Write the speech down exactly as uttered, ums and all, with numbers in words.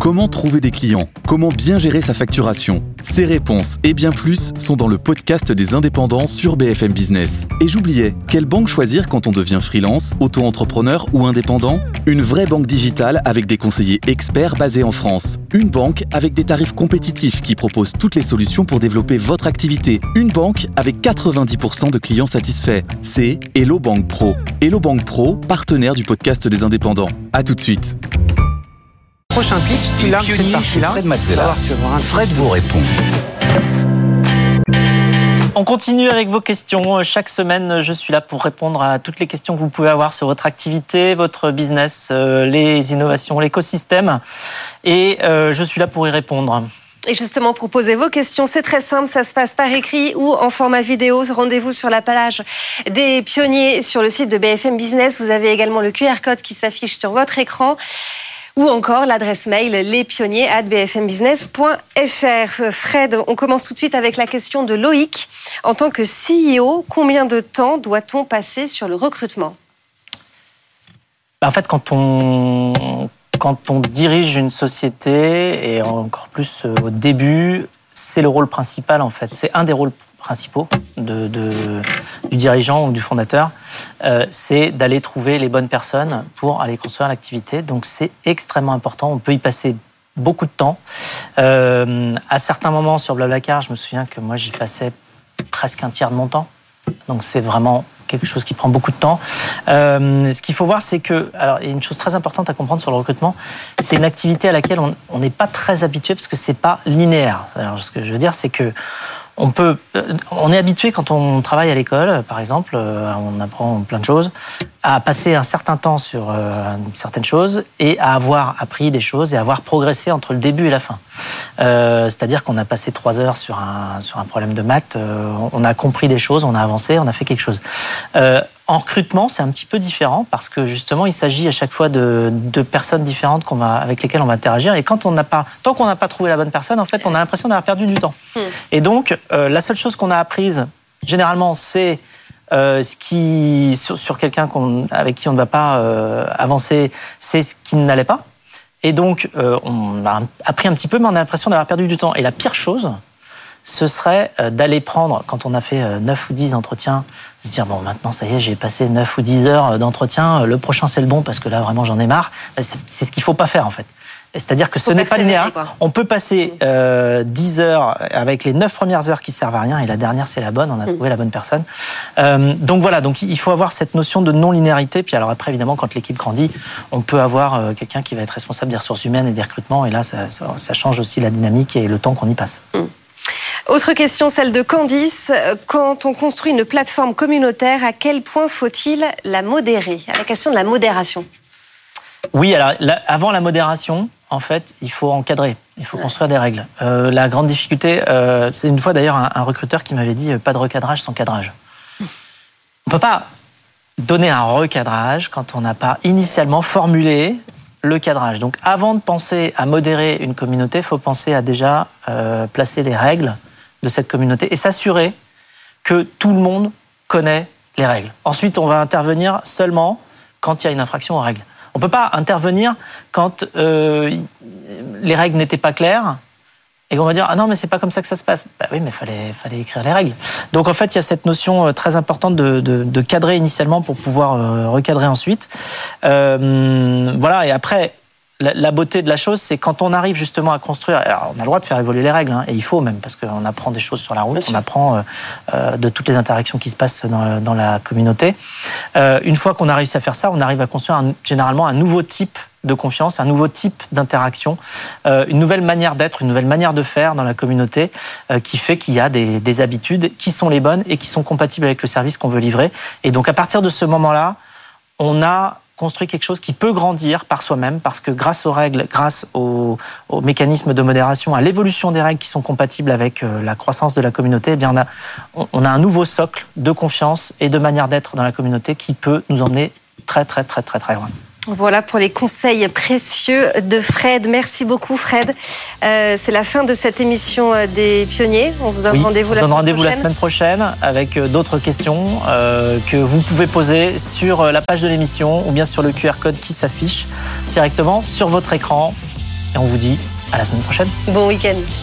Comment trouver des clients ? Comment bien gérer sa facturation ? Ces réponses et bien plus sont dans le podcast des indépendants sur B F M Business. Et j'oubliais, quelle banque choisir quand on devient freelance, auto-entrepreneur ou indépendant ? Une vraie banque digitale avec des conseillers experts basés en France. Une banque avec des tarifs compétitifs qui propose toutes les solutions pour développer votre activité. Une banque avec quatre-vingt-dix pour cent de clients satisfaits. C'est Hello Bank Pro. Hello Bank Pro, partenaire du podcast des indépendants. À tout de suite. Prochain pitch, tu l'as cette partie-là. Fred Mazzella. Fred vous répond. On continue avec vos questions. Chaque semaine, je suis là pour répondre à toutes les questions que vous pouvez avoir sur votre activité, votre business, les innovations, l'écosystème. Et je suis là pour y répondre. Et justement, pour poser vos questions, c'est très simple, ça se passe par écrit ou en format vidéo. Rendez-vous sur la page des pionniers sur le site de B F M Business. Vous avez également le Q R code qui s'affiche sur votre écran. Ou encore l'adresse mail lespionniers arobase b f m business point f r. Fred, on commence tout de suite avec la question de Loïc. En tant que C E O, combien de temps doit-on passer sur le recrutement ? En fait, quand on, quand on dirige une société, et encore plus au début, c'est le rôle principal en fait. C'est un des rôles principaux de, de, du dirigeant ou du fondateur, euh, c'est d'aller trouver les bonnes personnes pour aller construire l'activité. Donc c'est extrêmement important, on peut y passer beaucoup de temps. Euh, à certains moments sur Blablacar, je me souviens que moi j'y passais presque un tiers de mon temps. Donc c'est vraiment quelque chose qui prend beaucoup de temps. Euh, ce qu'il faut voir, c'est que, alors il y a une chose très importante à comprendre sur le recrutement, c'est une activité à laquelle on n'est pas très habitué parce que c'est pas linéaire. Alors ce que je veux dire, c'est que On peut, on est habitué quand on travaille à l'école, par exemple, on apprend plein de choses, à passer un certain temps sur certaines choses et à avoir appris des choses et à avoir progressé entre le début et la fin. Euh, c'est-à-dire qu'on a passé trois heures sur un sur un problème de maths, on a compris des choses, on a avancé, on a fait quelque chose. Euh, En recrutement, c'est un petit peu différent parce que justement, il s'agit à chaque fois de, de personnes différentes qu'on va, avec lesquelles on va interagir. Et quand on n'a pas, tant qu'on n'a pas trouvé la bonne personne, en fait, on a l'impression d'avoir perdu du temps. Mmh. Et donc, euh, la seule chose qu'on a apprise, généralement, c'est euh, ce qui sur, sur quelqu'un qu'on, avec qui on ne va pas euh, avancer, c'est ce qui n'allait pas. Et donc, euh, on a appris un petit peu, mais on a l'impression d'avoir perdu du temps. Et la pire chose, ce serait d'aller prendre, quand on a fait neuf ou dix entretiens, se dire, bon, maintenant, ça y est, j'ai passé neuf ou dix heures d'entretien, le prochain, c'est le bon, parce que là, vraiment, j'en ai marre. C'est, c'est ce qu'il ne faut pas faire, en fait. C'est-à-dire que ce n'est pas linéaire. On peut passer euh, dix heures avec les neuf premières heures qui ne servent à rien, et la dernière, c'est la bonne, on a trouvé la bonne personne. Euh, donc voilà, donc il faut avoir cette notion de non-linéarité. Puis alors après, évidemment, quand l'équipe grandit, on peut avoir euh, quelqu'un qui va être responsable des ressources humaines et des recrutements, et là, ça, ça, ça change aussi la dynamique et le temps qu'on y passe. Mmh. Autre question, celle de Candice. Quand on construit une plateforme communautaire, à quel point faut-il la modérer ? À la question de la modération. Oui, alors là, avant la modération, en fait, il faut encadrer, il faut ouais. construire des règles. Euh, la grande difficulté, euh, c'est une fois d'ailleurs un, un recruteur qui m'avait dit « pas de recadrage sans cadrage ». On ne peut pas donner un recadrage quand on n'a pas initialement formulé le cadrage. Donc avant de penser à modérer une communauté, il faut penser à déjà euh, placer les règles de cette communauté et s'assurer que tout le monde connaît les règles. Ensuite, on va intervenir seulement quand il y a une infraction aux règles. On ne peut pas intervenir quand euh, les règles n'étaient pas claires et qu'on va dire « Ah non, mais c'est pas comme ça que ça se passe ». Bah oui, mais il fallait, fallait écrire les règles. Donc en fait, il y a cette notion très importante de, de, de cadrer initialement pour pouvoir euh, recadrer ensuite. Euh, voilà, et après... La, la beauté de la chose, c'est quand on arrive justement à construire... Alors, on a le droit de faire évoluer les règles, hein, et il faut même, parce qu'on apprend des choses sur la route, on apprend euh, euh, de toutes les interactions qui se passent dans, dans la communauté. Euh, une fois qu'on a réussi à faire ça, on arrive à construire un, généralement un nouveau type de confiance, un nouveau type d'interaction, euh, une nouvelle manière d'être, une nouvelle manière de faire dans la communauté, euh, qui fait qu'il y a des, des habitudes qui sont les bonnes et qui sont compatibles avec le service qu'on veut livrer. Et donc, à partir de ce moment-là, on a construit quelque chose qui peut grandir par soi-même, parce que grâce aux règles, grâce aux, aux mécanismes de modération, à l'évolution des règles qui sont compatibles avec la croissance de la communauté, eh bien on a, on a un nouveau socle de confiance et de manière d'être dans la communauté qui peut nous emmener très très très très très loin. Voilà pour les conseils précieux de Fred. Merci beaucoup Fred. Euh, c'est la fin de cette émission des Pionniers. On se donne oui, rendez-vous, on la, donne semaine rendez-vous la semaine prochaine avec d'autres questions euh, que vous pouvez poser sur la page de l'émission ou bien sur le Q R code qui s'affiche directement sur votre écran. Et on vous dit à la semaine prochaine. Bon week-end.